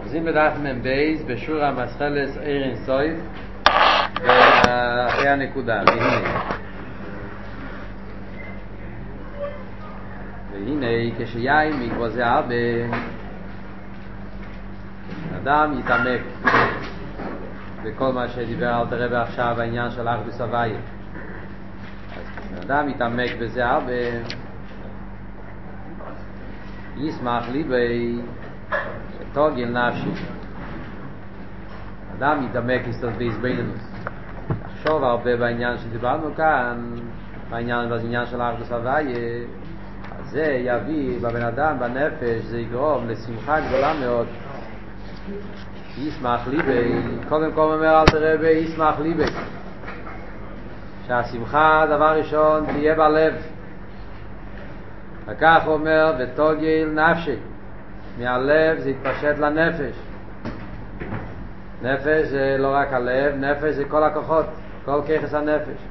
אוחזים בדף מבייס בשור המסחלס אירן סויף ואחרי הנקודה והנה כשיין מקבוזה הרבה אדם יתעמק בכל מה שדיבר אל תראה עכשיו בעניין של אחדות הוויה. אז אדם יתעמק בזה הרבה ישמח ליבי תוגל נפשי. אדם יתעמק הסתלביס ביינוס לחשוב הרבה בעניין שדיברנו כאן בעניין של אחדות הוויה. אז זה יביא בבן אדם בנפש, זה יגרום לשמחה גדולה מאוד. ישמח ליבי, קודם כל אומר אל תראה ישמח ליבי, שהשמחה דבר ראשון תהיה בלב. וכך אומר ותוגל נפשי, מהלב זה יתפשט לנפש. נפש זה לא רק הלב, נפש זה כל הכוחות, כל כיחס הנפש.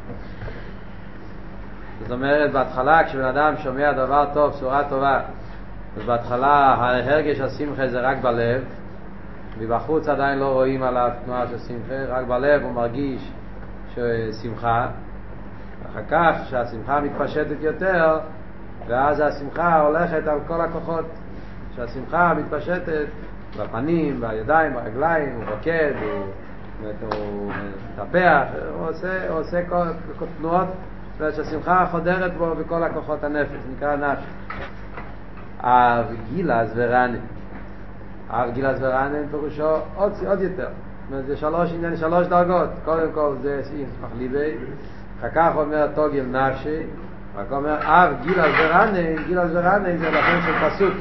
זאת אומרת בהתחלה כשבן אדם שומע דבר טוב, בשורה טובה, אז בהתחלה ההרגש השמחה זה רק בלב, מבחוץ עדיין לא רואים עליו תנועה של שמחה, רק בלב הוא מרגיש שמחה. אחר כך שהשמחה מתפשטת יותר, ואז השמחה הולכת על כל הכוחות. שהשמחה מתפשטת בפנים, בידיים, ברגליים, הוא רוקד, הוא מטפח, הוא עושה כל תנועות, שהשמחה חודרת בו בכל הכוחות הנפש, נקרא נפש. אב גילס ורנן, אב גילס ורנן פירושו עוד יותר. זה שלוש דרגות. קודם כל זה ישמח ליבי, אחר כך אומר תוגל נפשי, רק אומר אב גילס ורנן. גילס ורנן זה לכן של פסוק,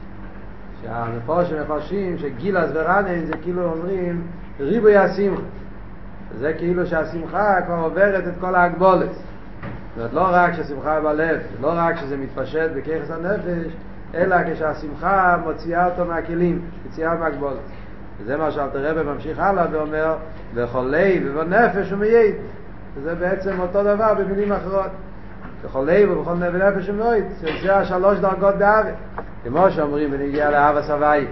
שמפרשים שגילס ורנן זה כאילו אומרים ריבוי השמחה. זה כאילו שהשמחה כבר עוברת את כל ההגבולת. זאת אומרת, לא רק שהשמחה בלב, לא רק שזה מתפשט בכיחס הנפש, אלא כשהשמחה מוציאה אותו מהכלים, מוציאה מהגבולת. וזה מה שאלתר רבי ממשיך הלאה ואומר בכל לב ובנפש ומייד. וזה בעצם אותו דבר במילים אחרות. בכל לב ובכל נפש ומייד. זה השלוש דרגות באהבה. כמו שאומרים בנגיע לאהבת הוויה,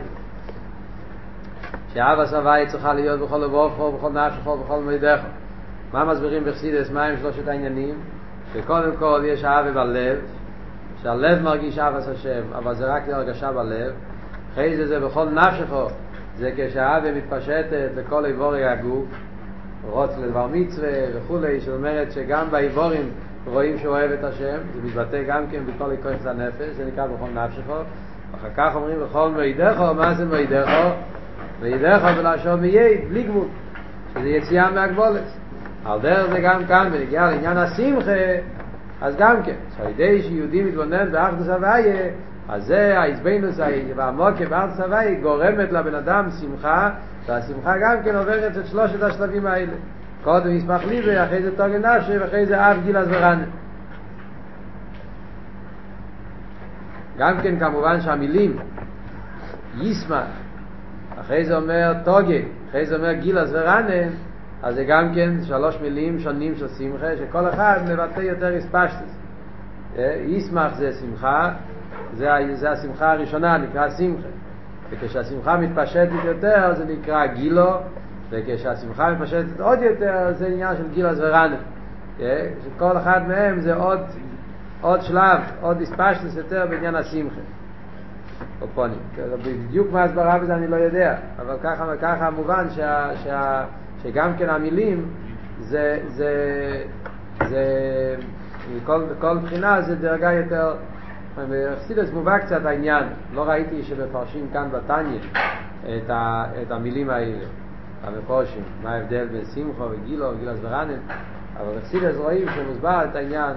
שאהבת הוויה צריכה להיות בכל לבבך ובכל נפשך ובכל מאודך. מה מסבירים בחסידות? מה הם שלושת העניינים? שקודם כל יש אהבה בלב, שהלב מרגיש אהבת השם, אבל זה רק הרגשה בלב. אחרי זה בכל נפשך, זה כשהאהבה מתפשטת לכל איבורי הגוף, רוץ לדבר מצווה וכולי, זאת אומרת שגם באיבורים רואים שהוא אוהב את השם, זה מתבטא גם כן בכל כיחס הנפש, זה נקרא בכל נפשך. אחר כך אומרים בכל מאודך. מה זה מאודך? מאודך בלשון מייד, בלי גבול, שזה יציאה מהגבולת. על דרך זה גם כאן בנגיע לעניין השמחה, אז גם כן שהידי שיהודי מתבונן באחדות הוויה, אז זה ההסבינוס והעמוק באחדות הוויה גורמת לבן אדם שמחה, והשמחה גם כן עוברת את שלושת השלבים האלה. קודם ישמח ליבי, אחרי זה תוגל נפשי, ואחרי זה אב גילס ורנן. גם כן כמובן שהמילים ישמח, אחרי זה אומר תוגל, אחרי זה אומר גילס ורנן, אז זה גם כן שלוש מילים שונים של שמחה, שכל אחד מבטא יותר הספשטוס. ישמח זה שמחה, זה השמחה הראשונה, נקרא שמחה. וכשהשמחה מתפשטת יותר זה נקרא גילו, וכשהשמחה מתפשטת עוד יותר זה עניין של גילס ורנן. שכל אחד מהם זה עוד שלב, עוד הספשטוס יותר בעניין השמחה. אופונים. בדיוק מה הסברה בזה אני לא יודע, אבל ככה מובן שגם כן המילים זה כל בחינה זה דרגה יותר. בחסידות מובא קצת העניין, לא ראיתי שמפרשים כאן בתניא את המילים האלה המפורשים, מה ההבדל בין שמחה וגילו וגילס ורנן, אבל בחסידות רואים שמוסבר את העניין,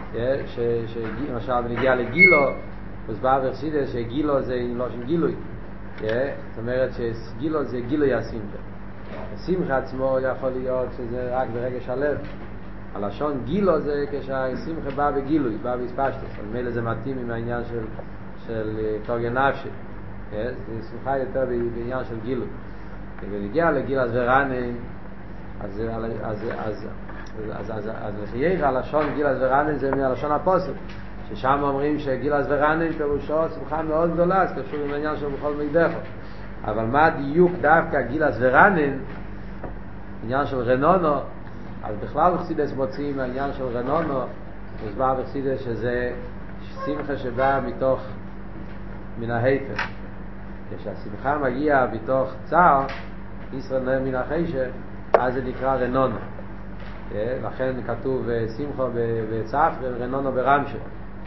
למשל בנגיע לגילו מוסבר בחסידות שגילו זה לא של גילוי, זאת אומרת שגילו זה גילוי השמחה. השמחה עצמו יכול להיות שזה רק ברגש הלב. הלשון גילו זה כשהשמחה בא בגילוי, בא בהספשטוס, אז מילא זה מתאים עם העניין של תוגל נפשי. זה שמחה יותר בעניין של גילוי. ונגיע לגילס ורנן, אז לחייך הלשון גילס ורנן זה מהלשון הפוסק, ששם אומרים שגילס ורנן פירושו שמחה מאוד גדולה, אז קשור עם העניין של בכל מידך. אבל מה הדיוק דווקא גילס ורנן, עניין של רנונו, אז בכלל בחסידס מוצאים העניין של רנונו, מוסבר בחסידס שזה שמחה שבאה מתוך מן ההיפך. כשהשמחה מגיעה מתוך צער, ישראל נהיה מן החשך, אז זה נקרא רנונו. לכן כתוב שמחו בצפרא ורנונו ברמשו.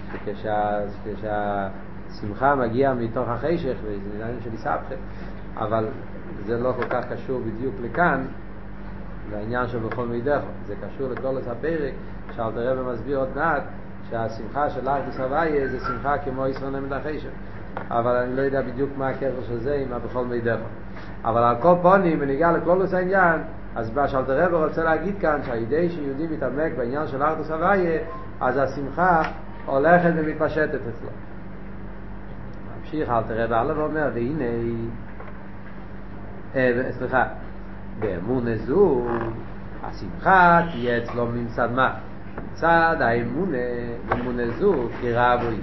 כשהשמחה מגיעה מתוך החשך, וזה עניין של ספרא, אבל זה לא כל כך קשור בדיוק לכאן, לעניין של בכל מידך. זה קשור לקלולת הפרק, שאלתר רבי מסביר עוד מעט, שהשמחה של אחדות הוויה זה שמחה כמו ישראל נהיה מן החשך. אבל אני לא יודע בדיוק מה הקשר של זה עם בכל מידך. אבל על כל פונים, בניגע לכלולת העניין, אז מה שאלתר רבי רוצה להגיד כאן, שהידי שיהודי מתעמק בעניין של אחדות הוויה, אז השמחה הולכת ומתפשטת אצלו. ממשיך אלתר רבי הלאה ואומר, והנה, באמונה זו, השמחה תהיה אצלו מצד מה? מצד האמונה, אמונה זו, קירה בוי.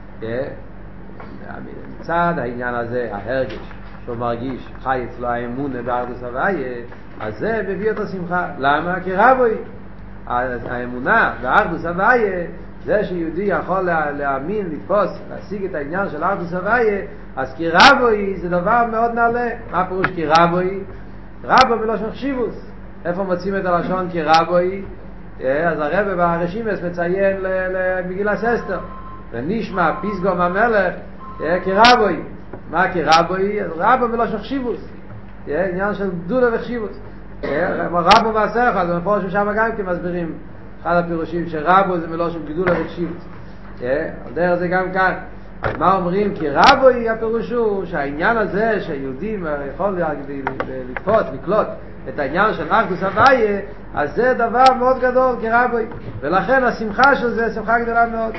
מצד העניין הזה, ההרגש, שהוא מרגיש, חי אצלו האמונה באחדות הוויה, אז זה מביא את השמחה. למה? קירה בוי. האמונה באחדות הוויה, זה שיהודי יכול להאמין, לתפוס, להשיג את העניין של אחדות הוויה, אז קירה בוי זה דבר מאוד נעלה. מה פירוש קירה בוי? רבו בלושן חשיבוס. איפה מוצאים את הלשון קירבוי? אז הרב ברשימס מציין למגילת אסתר, ונשמע פסגום המלך קירבוי. מה קירבוי? רבו בלושן חשיבוס, עניין של גדולה וחשיבוס. רבו בעשרך, אז מפורש שם גם כי מסבירים אחד הפירושים שרבו זה בלושן גדולה וחשיבוס. על דרך זה גם כאן. אז מה אומרים? כי רבוי הפירוש הוא שהעניין הזה שיהודים יכול לתפוס, לקלוט את העניין של אחדות הוויה, אז זה דבר מאוד גדול כרבוי, ולכן השמחה של זה שמחה גדולה מאוד.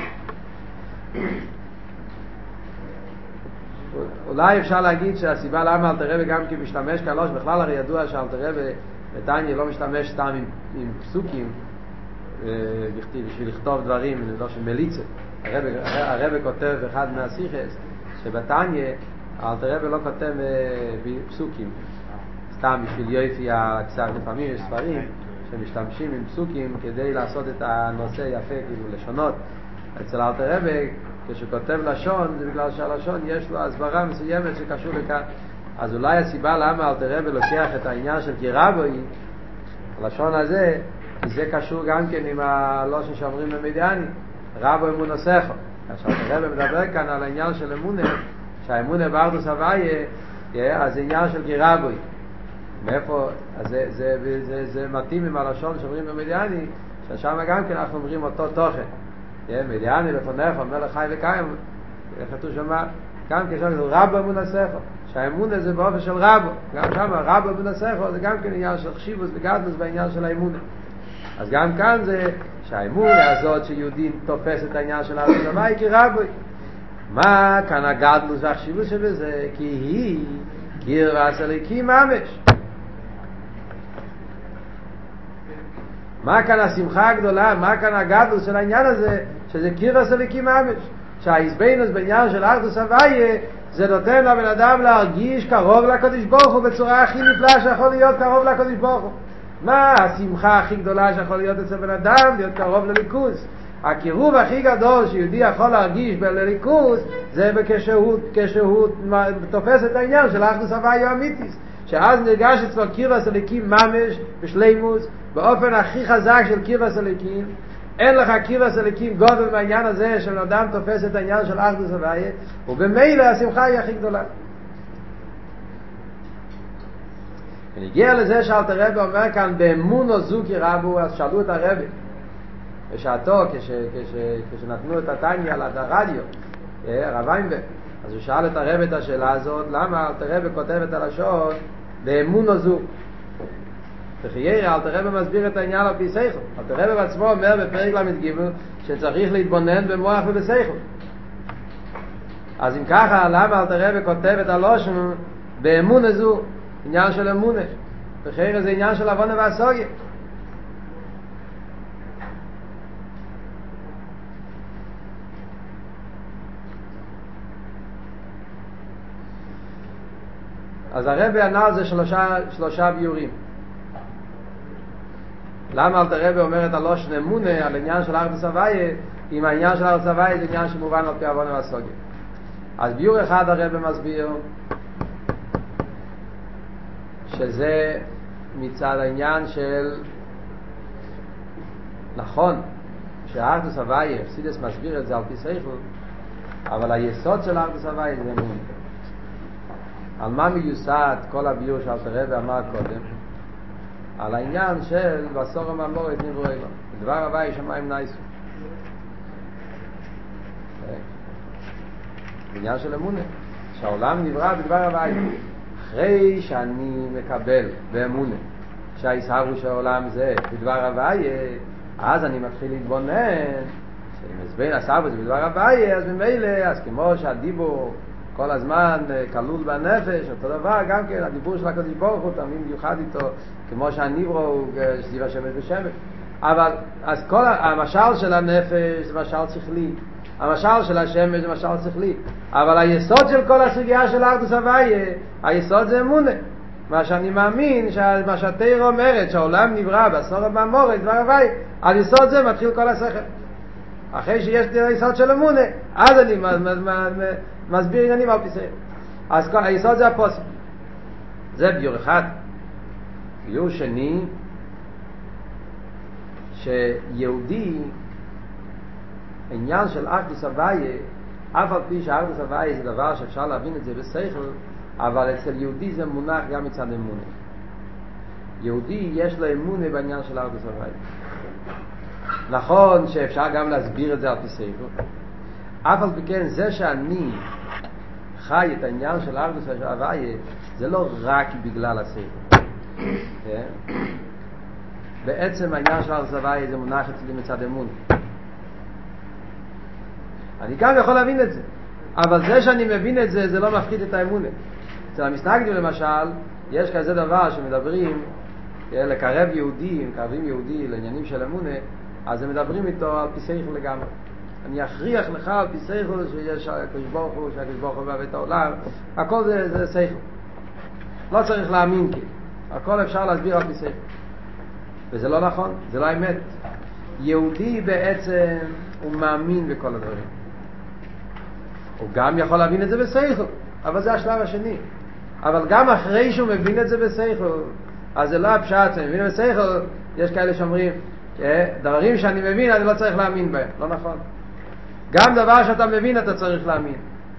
אולי אפשר להגיד שהסיבה למה אלתר רבי גם כי משתמש קלוש, בכלל הרי ידוע שאלתר רבי בתניא לא משתמש סתם עם פסוקים בשביל לכתוב דברים, לא של מליצה. הרב כותב אחד מהשיחס שבתניא אלתר רבי לא כותב פסוקים סתם בשביל יופי הקצר. לפעמים יש ספרים שמשתמשים עם פסוקים כדי לעשות את הנושא יפה, כאילו לשונות. אצל אלתר רבי כשכותב לשון זה בגלל שהלשון יש לו הסברה מסוימת שקשור לכאן. אז אולי הסיבה למה אלתר רבי לוקח את העניין של קירבוי, הלשון הזה, כי זה קשור גם כן עם הלושן שאומרים במדיאני רבו אמונה שכל. כשאלתר רבי מדבר כאן על העניין של אמונה, שהאמונה באחדות הוויה, אז זה עניין של קירבוי. מאיפה? אז זה מתאים עם הלשון שאומרים במדיאני, ששם גם כן אנחנו אומרים אותו תוכן. מדיאני לפניך, מלך חי וקיים, כתוב שם, גם כשם רבו אמונה שכל. שהאמונה זה באופן של רבו. גם שם רבו אמונה שכל זה גם כן עניין של חשיבוס וגדלוס בעניין של האמונה. אז גם כאן זה שהאמונה הזאת שיהודי תופס את העניין של אחדות הוויה כרבוי. מה כאן הגדלוס והחשיבות שבזה? כי היא קרבת אלוקים ממש. מה כאן השמחה הגדולה? מה כאן הגדלוס של העניין הזה? שזה קרבת אלוקים ממש. שההסבינוס בעניין של אחדות הוויה זה נותן לבן אדם להרגיש קרוב לקדוש ברוך הוא בצורה הכי נפלאה שיכול להיות קרוב לקדוש ברוך הוא. מה השמחה הכי גדולה שיכול להיות אצל בן אדם? להיות קרוב לליכוז. הקירוב הכי גדול שיהודי יכול להרגיש בליכוז זה כשהוא תופס את העניין של אחדות הוויה האמיתית, שאז נרגש אצלו קרבת אלוקים ממש בשלימות באופן הכי חזק של קרבת אלוקים. אין לך קרבת אלוקים גודל בעניין הזה שבן אדם תופס את העניין של אחדות הוויה, ובמילא השמחה היא הכי גדולה. ונגיע לזה שאלתר רבי אומר כאן באמונו זו קירבו. אז שאלו את הרבי בשעתו כשנתנו את התניא על הרדיו, הרב ויינברג, אז הוא שאל את הרבי את השאלה הזאת, למה אלתר רבי כותב את הלשון באמונו זו? וחיירה אלתר רבי מסביר את העניין על פי שכל. אלתר רבי בעצמו אומר בפרק ל"ג שצריך להתבונן במוח ובשכל. אז אם ככה, למה אלתר רבי כותב את הלשון באמונה זו? עניין של אמונה, וחיירה זה עניין של עוונה והסוגיה. אז הרב ענה על זה שלושה ביורים. למה אלתר רבי אומר את הלושן אמונה על עניין של אחדות הוויה, אם העניין של אחדות הוויה זה עניין שמובן על פי עוונה והסוגיה? אז ביור אחד הרב מסביר שזה מצד העניין של נכון שהאחדות הוויה, חסידס מסביר את זה על פי שכל, אבל היסוד של אחדות הוויה זה אמונה. על מה מיוסד כל הביור שאלתר רבי אמר קודם? על העניין של בסור המאמורת נברוא אילון, דבר הוויה שמיים נייסו, עניין של אמונה שהעולם נברא בדבר הוויה. אחרי שאני מקבל באמונה שהישהרו של העולם זה בדבר הוויה, אז אני מתחיל להתבונן שאם הסבר הסבר זה בדבר הוויה, אז ממילא, אז כמו שהדיבור כל הזמן כלול בנפש, אותו דבר גם כן הדיבור של הקדוש ברוך הוא תמיד מיוחד איתו, כמו שהנברא הוא סביב השמש ושמש. אבל אז כל המשל של הנפש זה משל שכלי, המשל של השמש זה משל שכלי, אבל היסוד של כל הסוגיה של אחדות הוויה, היסוד זה אמונה. מה שאני מאמין, מה שהתורה אומרת שהעולם נברא בסור המאמורת דבר הוויה, על יסוד זה מתחיל כל השכל. אחרי שיש לי היסוד של אמונה, אז אני מסביר עניינים על פי שכל. אז היסוד זה הפוסק. זה ביור אחד. ביור שני, שיהודי עניין של אחדות הוויה, אף על פי שאחדות הוויה זה דבר שאפשר להבין את זה בשכל, אבל אצל יהודי זה מונח גם מצד אמונה. יהודי יש לו אמונה בעניין של אחדות הוויה. נכון שאפשר גם להסביר את זה על פי שכל, אף על פי כן זה שאני חי את העניין של אחדות הוויה זה לא רק בגלל השכל. בעצם העניין של אחדות הוויה זה מונח אצלי מצד אמונה. אני גם יכול להבין את זה, אבל זה שאני מבין את זה זה לא מפחית את האמונה. אצל המסנגדים למשל יש כזה דבר שמדברים לקרב יהודי, מקרבים יהודי לעניינים של אמונה, אז הם מדברים איתו על פי שכל לגמרי. אני אכריח לך על פי שכל שיש הקדוש ברוך הוא, שהקדוש ברוך הוא ברא את העולם, הכל זה שכל, לא צריך להאמין, כי הכל אפשר להסביר על פי שכל, וזה לא נכון, זה לא האמת. יהודי בעצם הוא מאמין בכל הדברים, הוא גם יכול להבין את זה בשכל, אבל זה השלב השני. אבל גם אחרי שהוא מבין את זה בשכל, אז זה לא הפשט, אני מבין בשכל, יש כאלה שאומרים דברים שאני מבין אני לא צריך להאמין בהם. לא נכון, גם דבר שאתה מבין אתה צריך להאמין.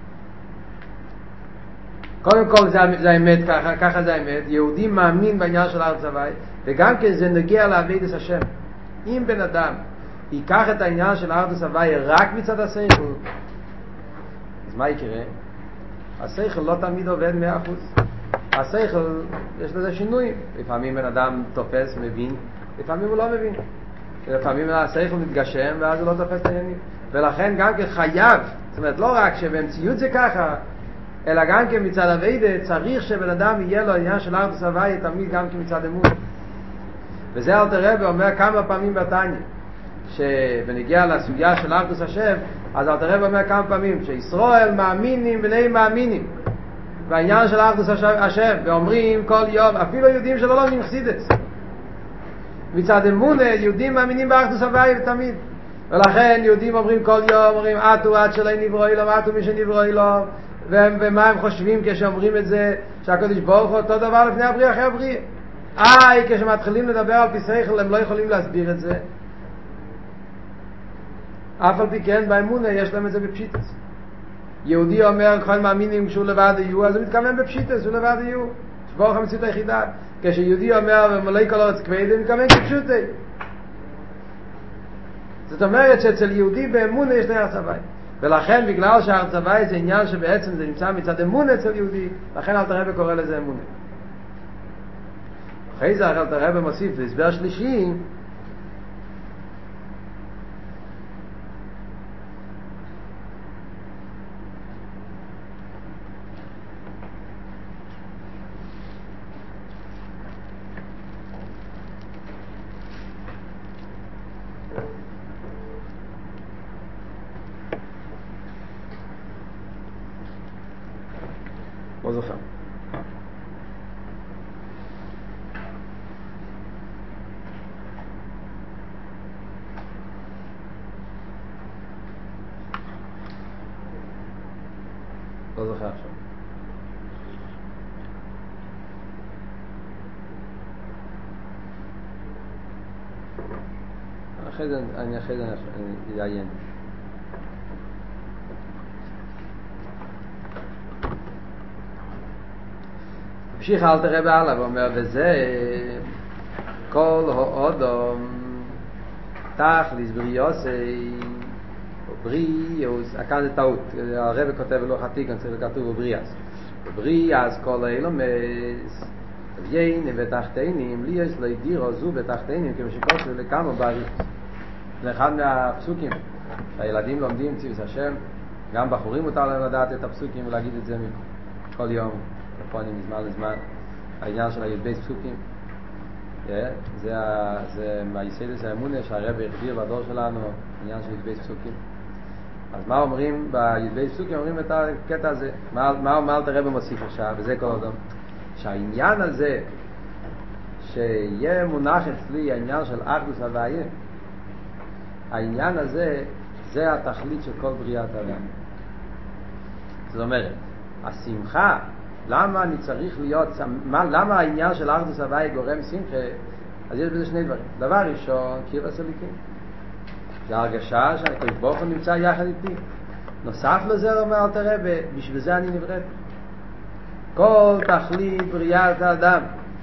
קודם כל זה האמת, ככה זה האמת. יהודי מאמין בעניין של אחדות הוויה, וגם כי זה נגיע לעבודת השם. אם בן אדם ייקח את העניין של אחדות הוויה רק מצד השכל, אז מה יקרה? השכל לא תמיד עובד 100%. השכל יש לזה שינויים, לפעמים בן אדם תופס, מבין, לפעמים הוא לא מבין, לפעמים השכל מתגשם ואז הוא לא תופס את העניינים. ולכן גם כחייב, זאת אומרת לא רק שבמציאות זה ככה, אלא גם כמצד עבודה צריך שבן אדם יהיה לו עניין של אחדות הוויה תמיד גם כמצד אמונה. וזה אלתר רבי אומר כמה פעמים בתניא, שבנגיע לסוגיה של אחדות השם, אז אלתר רבי אומר כמה פעמים שישראל מאמינים בני מאמינים בעניין של אחדות השם, ואומרים כל יום, אפילו יהודים שלא לומדים חסידות, מצד אמונה יהודים מאמינים באחדות הוויה תמיד. ולכן יהודים אומרים כל יום, אומרים אתו עד שלא נברא אילום, אתו מי שנברא אילום. ומה הם חושבים כשאומרים את זה? שהקדוש ברוך הוא אותו דבר לפני הבריאה אחרי הבריאה. כשמתחילים לדבר על פי שכל הם לא יכולים להסביר את זה, אף על פי כן באמונה יש להם את זה בפשיטס. יהודי אומר כל מאמינים שהוא לבד יהיו, אז הוא מתכוון בפשיטס, הוא לבד יהיו, שברוך המציאות היחידה. כשיהודי אומר ומלא כל ארץ כבד, הוא מתכוון כפשוטי. זאת אומרת שאצל יהודי באמונה יש אחדות הוויה, ולכן בגלל שהאחדות הוויה זה עניין שבעצם זה נמצא מצד אמונה אצל יהודי, לכן אלתר רבי קורא לזה אמונה. אחרי זה אלתר רבי מוסיף בהסבר שלישי, לא זוכר. לא זוכר עכשיו. אחרי זה אני אעיין. המשיך אל תראה בעלה ואומר, וזה כל האודום תכליס בריאוסי בריאוס, כאן זה טעות, הרב כותב בלוח התיקון, צריך לכתוב בריאס. בריאס כל האילומס יינים ותחתינים, לי יש לי דירו זו בתחתינים, כמו שכותב לכמה בעריך. זה אחד מהפסוקים שהילדים לומדים ציווס השם, גם בחורים מותר להם לדעת את הפסוקים ולהגיד את זה כל יום, לפונים מזמן לזמן. העניין של הי"ב פסוקים, זה מהיסודות האמונה שהרב החדיר בדור שלנו, העניין של י"ב פסוקים. אז מה אומרים בי"ב פסוקים? אומרים את הקטע הזה. מה אל תראה במוסיף עכשיו, וזה כל אדם. שהעניין הזה שיהיה מונח אצלי העניין של אחדוס הוויה, העניין הזה זה התכלית של כל בריאת האדם. זאת אומרת, השמחה, למה אני צריך להיות, למה העניין של אחדוס הוויה גורם שמחה? אז יש בזה שני דברים. דבר ראשון, קרבת אלוקים. זה הרגשה שהקדוש ברוך הוא נמצא יחד איתי. נוסף לזה אומר אל תראה, בשביל זה אני נבראת. כל תכלית בריאת האדם,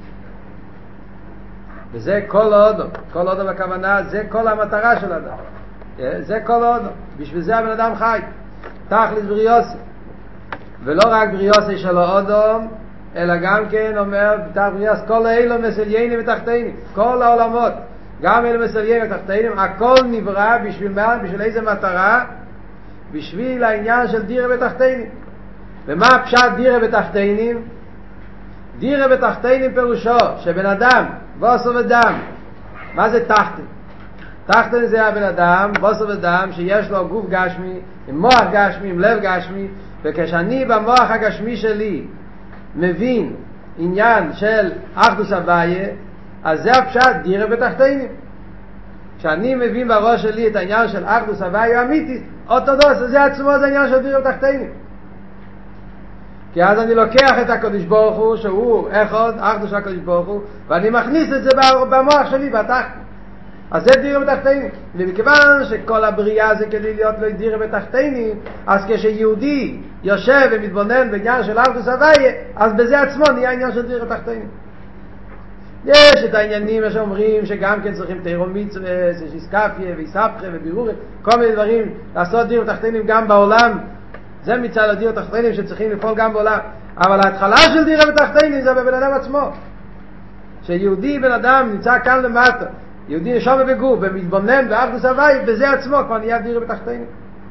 וזה כל האדם. כל האדם הכוונה, זה כל המטרה של האדם. זה כל האדם. בשביל זה הבן אדם חי. תכלית בריאוסי. ולא רק בריאוסי של האדם, אלא גם כן אומר בתך בריאס כל אלו מסליינים ותחתינים, כל העולמות, גם אלו מסליינים ותחתינים, הכל נברא בשביל מה? בשביל איזה מטרה? בשביל העניין של דירה בתחתינים. ומה פשט דירה בתחתינים? דירה בתחתינים פירושו שבן אדם, בוסר ודם. מה זה תחתין? תחתין זה הבן אדם, בוסר ודם, שיש לו גוף גשמי, עם מוח גשמי, עם לב גשמי, וכשאני במוח הגשמי שלי מבין עניין של אחדוס הוויה, אז זה הפשט דירה בתחתינים. כשאני מבין בראש שלי את העניין של אחדוס הוויה אמיתית, אוטודוס, זה עצמו זה העניין של דירה בתחתינים. כי אז אני לוקח את הקדוש ברוך הוא, שהוא אחד, אחדוס הקדוש ברוך הוא, ואני מכניס את זה במוח שלי, בתחתין. אז זה דירה בתחתינים. ומכיוון שכל הבריאה זה כדי להיות לו דירה בתחתינים, אז כשיהודי יושב ומתבונן בעניין של אחדוס הוויה, אז בזה עצמו נהיה עניין של דירה בתחתינים. יש את העניינים שאומרים שגם כן צריכים תירו מצווה, יש איסקפיה ואיסבכה ובירורים, כל מיני דברים לעשות דירה בתחתינים גם בעולם. זה מצד הדירה בתחתינים שצריכים לפעול גם בעולם. אבל ההתחלה של דירה בתחתינים זה בבן אדם עצמו. שיהודי בן אדם נמצא כאן למטה, יהודי נשום בגוף ומתבונן באחדוס הוויה, בזה עצמו כבר נהיה דירה בתחתינים.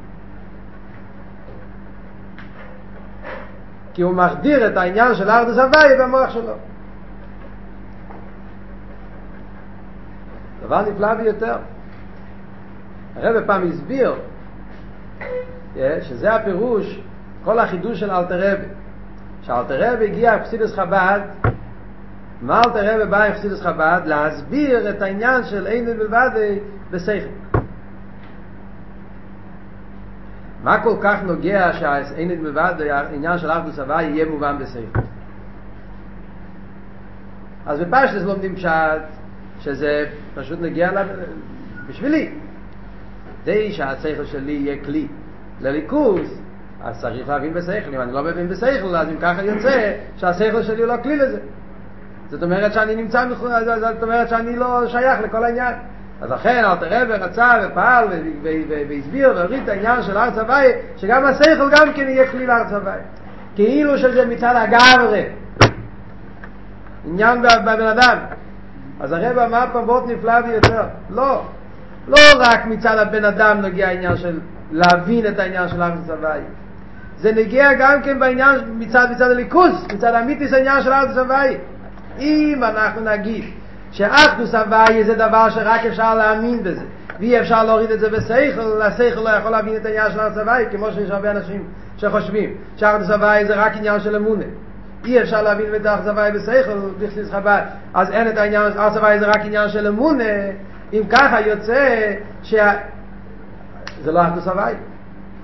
כי הוא מחדיר את העניין של אחדוס הוויה במוח שלו. דבר נפלא ביותר. הרב פעם הסביר שזה הפירוש, כל החידוש של אלתר רבי. שאלתר רבי הגיע לחסידות חב"ד, מה אלתר רבי בא עם חסידות חב"ד? להסביר את העניין של אין בלבד בשכל. מה כל כך נוגע שהאין בלבד, העניין של אחדוס הוויה יהיה מובן בשכל? אז בפשטוס לומדים פשט שזה פשוט נגיע בשבילי. די שהשכל שלי יהיה כלי לליכוז, אז צריך להבין בשכל. אם אני לא מבין בשכל, אז אם ככה יוצא שהשכל שלי הוא לא כלי לזה. זאת אומרת שאני נמצא זאת אומרת שאני לא שייך לכל העניין. אז לכן אלתר רבי רצה ופעל והסביר והוריד את העניין של אחדוס הוויה, שגם השכל גם כן יהיה כלי לאחדוס הוויה. כאילו שזה מצד הגברי, עניין בבן אדם. אז הרב אמר פעם מאוד נפלא ביותר, לא רק מצד הבן אדם נגיע העניין של להבין את העניין של אחדוס הוויה, זה נגיע גם כן בעניין מצד הליכוז, מצד האמיתיס העניין של אחדוס הוויה. אם אנחנו נגיד שאחדוס הוויה זה דבר שרק אפשר להאמין בזה, ואי אפשר להוריד את זה בשכל, השכל לא יכול להבין את העניין של אחדוס הוויה, כמו שיש הרבה אנשים שחושבים שאחדוס הוויה זה רק עניין של אמונה. אי אפשר להבין את אחדוס הוויה בשכל, בחסידות חב"ד, אז אין את העניין, אחדוס הוויה זה רק עניין של אמונה. אם ככה יוצא זה לא אחדוס הוויה.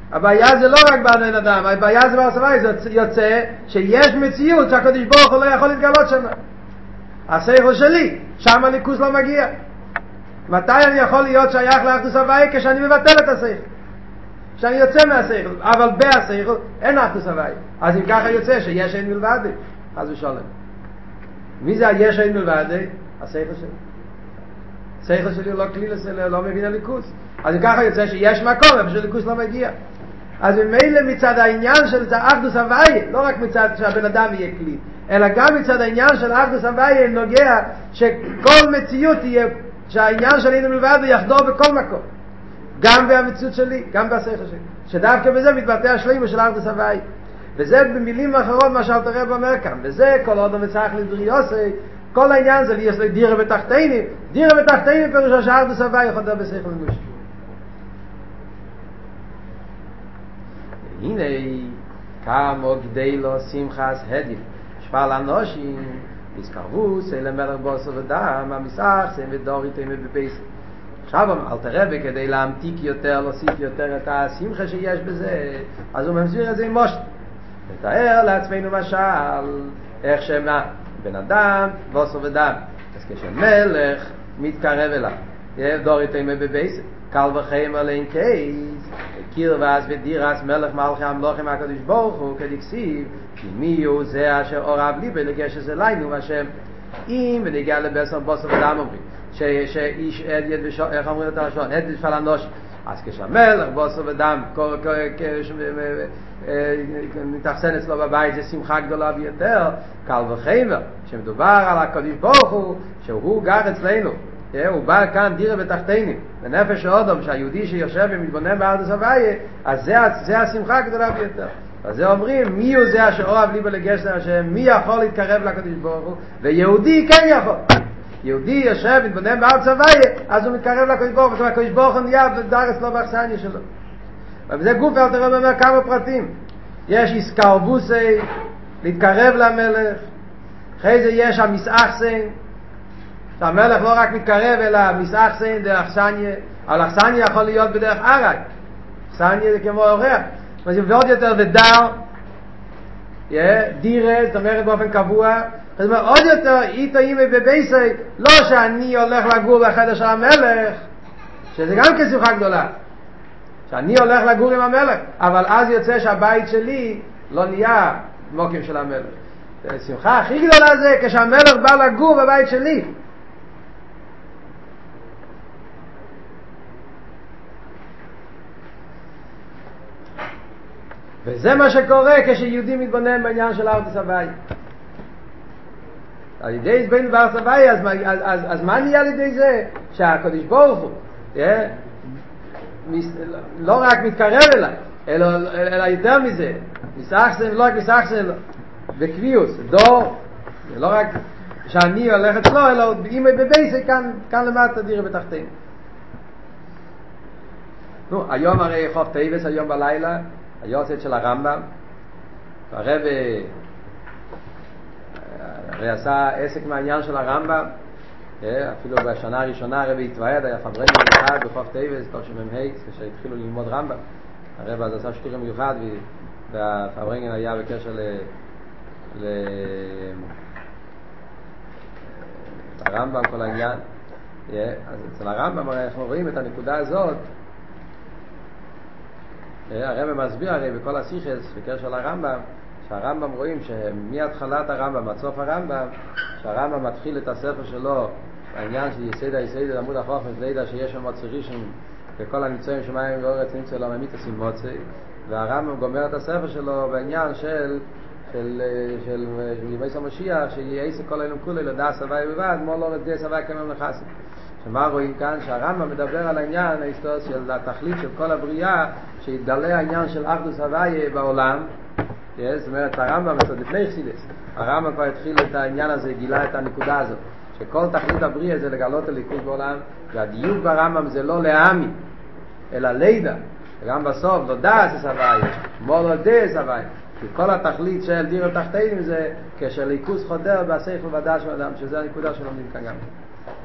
הבעיה זה לא רק בבן אדם, הבעיה זה בהסוואי, זה יוצא שיש מציאות שהקדוש ברוך הוא לא יכול להתגלות שם. השכל שלי, שם הליכוז לא מגיע. מתי אני יכול להיות שייך לאחדוס הוואי? כשאני מבטל את השכל, כשאני יוצא מהשכל, אבל בהשכל אין אחדוס הוואי. אז אם ככה יוצא שיש אין מלבד, חס ושלום. מי זה היש אין מלבד? השכל שלי. השכל שלי לא כליל, לא מבין הליכוז. אז אם ככה יוצא שיש מקום, אבל שהליכוז לא מגיע. אז ממילא מצד העניין של אחדוס הוואי, לא רק מצד שהבן אדם יהיה כלי, אלא גם מצד העניין של אחדוס הוואי נוגע שכל מציאות תהיה, שהעניין של אין מלבד יחדור בכל מקום, גם במציאות שלי, גם בשכל שלי, שדווקא בזה מתבטא השלמות של אחדוס הוואי. וזה במילים אחרות מה שאלתר רבי אומר כאן, וזה כל עוד מצריך לדריוסי, כל העניין זה יש לו דירה בתחתינים, דירה בתחתינים פירושו שאחדוס הוואי חודר בשכל ומושל. הנה כמו כדי לו שמחס הדים שפל אנושים יזכרו למלך בוסר ודם המסך סיים ודוריתם בבייס. עכשיו אלתר רבי כדי להמתיק יותר, להוסיף יותר את השמחה שיש בזה, אז הוא מסביר את זה עם מושל. נתאר לעצמנו משל איך שמה בן אדם בוסר ודם, אז כשמלך מתקרב אליו דוריתם בבייס, קל וחיים עליהם קייס קרבס ודירס מלך מלכי המלוכים הקדוש ברוך הוא כדכתיב כי מי הוא זה אשר אורב ליבו לגשת אלינו והשם אם ונגיע לבשר בוסר ודם אומרים שאיש עד איך אומרים את הראשון עד של אנוש. אז כשהמלך בוסר ודם מתאכסן אצלו בבית זה שמחה גדולה ביותר. קל וחיים שמדובר על הקדוש ברוך הוא שהוא גר אצלנו, הוא בא כאן דירה בתחתינים בנפש האדם, שהיהודי שיושב ומתבונן באחדוס הוואי, אז זה השמחה הגדולה ביותר. אז זה אומרים מי הוא זה אשר אוהב ליבו לגשת השם, מי יכול להתקרב לקדוש ברוך הוא, ויהודי כן יכול. יהודי יושב מתבונן באחדוס הוואי, אז הוא מתקרב לקדוש ברוך הוא, זאת אומרת הקדוש ברוך הוא נהיה דרס לו באכסניה שלו. וזה גוף אלתר רבי אומר כמה פרטים. יש איסקרבוסי להתקרב למלך, אחרי זה יש המסאכסן, שהמלך לא רק מתקרב אלא מסאכסן דרך אכסניה, אבל אכסניה יכול להיות בדרך ערק, אכסניה זה כמו אורח, ועוד יותר ודר דירה, זאת אומרת באופן קבוע. זאת אומרת עוד יותר איתו אימי בבייסי, לא שאני הולך לגור בחדר של המלך, שזה גם כשמחה גדולה, שאני הולך לגור עם המלך, אבל אז יוצא שהבית שלי לא נהיה מוקים של המלך. השמחה הכי גדולה זה כשהמלך בא לגור בבית שלי. וזה מה שקורה כשיהודי מתבונן בעניין של אחדוס הוואי. על ידי התבוננות באחדוס הוואי, אז מה נהיה על ידי זה? שהקדוש ברוך הוא לא רק מתקרב אליי, אלא יותר מזה, מסאכסן, לא רק מסאכסן, בקביעוס, דור, לא רק שאני הולך אצלו, אלא אם בבייסי כאן למטה דירה בתחתינו. היום הרי חוף טייבס, היום בלילה, היורצייט של הרמב"ם, הרבי הרי עשה עסק מהעניין של הרמב"ם, אפילו בשנה הראשונה הרבי התוועד, היה פברנגל מיוחד בחוף טייבס, תשמ"ה, כשהתחילו ללמוד רמב"ם, הרבי אז עשה שטורה מיוחד, והפברנגל היה בקשר לרמב"ם כל העניין. אז אצל הרמב"ם אנחנו רואים את הנקודה הזאת, הרב מסביר הרי בכל השיחס בקשר לרמב"ם, שהרמב"ם רואים שמהתחלת הרמב"ם עד סוף הרמב"ם, שהרמב"ם מתחיל את הספר שלו העניין של יסיידא עמוד החוכמה לידע שיש שם מוצא ראשון וכל הנמצאים שמיים ואורץ נמצא לו ממית עושים מוצא, והרמב"ם גומר את הספר שלו בעניין של ימי המשיח שיעשה כל אילום כולי לדעת סבי בבד כמו לא רדי סבי כמם לחסים. שמה רואים כאן? שהרמב"ם מדבר על העניין ההיסטוריה של התכלית של כל הבריאה, שהתגלה העניין של אחדוס הוואי בעולם. זאת אומרת הרמב"ם מצד לפני חסידס, הרמב"ם כבר התחיל את העניין הזה, גילה את הנקודה הזאת שכל תכלית הבריאה זה לגלות הליכוז בעולם, והדיוק ברמב"ם זה לא להאמין אלא לידע, וגם בסוף לא דעת סבי כמו לא דעת סבי, כי כל התכלית של דירה תחתינים זה כשליכוז חודר בהשכל ובדעת של אדם, שזה הנקודה שלומדים כאן גם.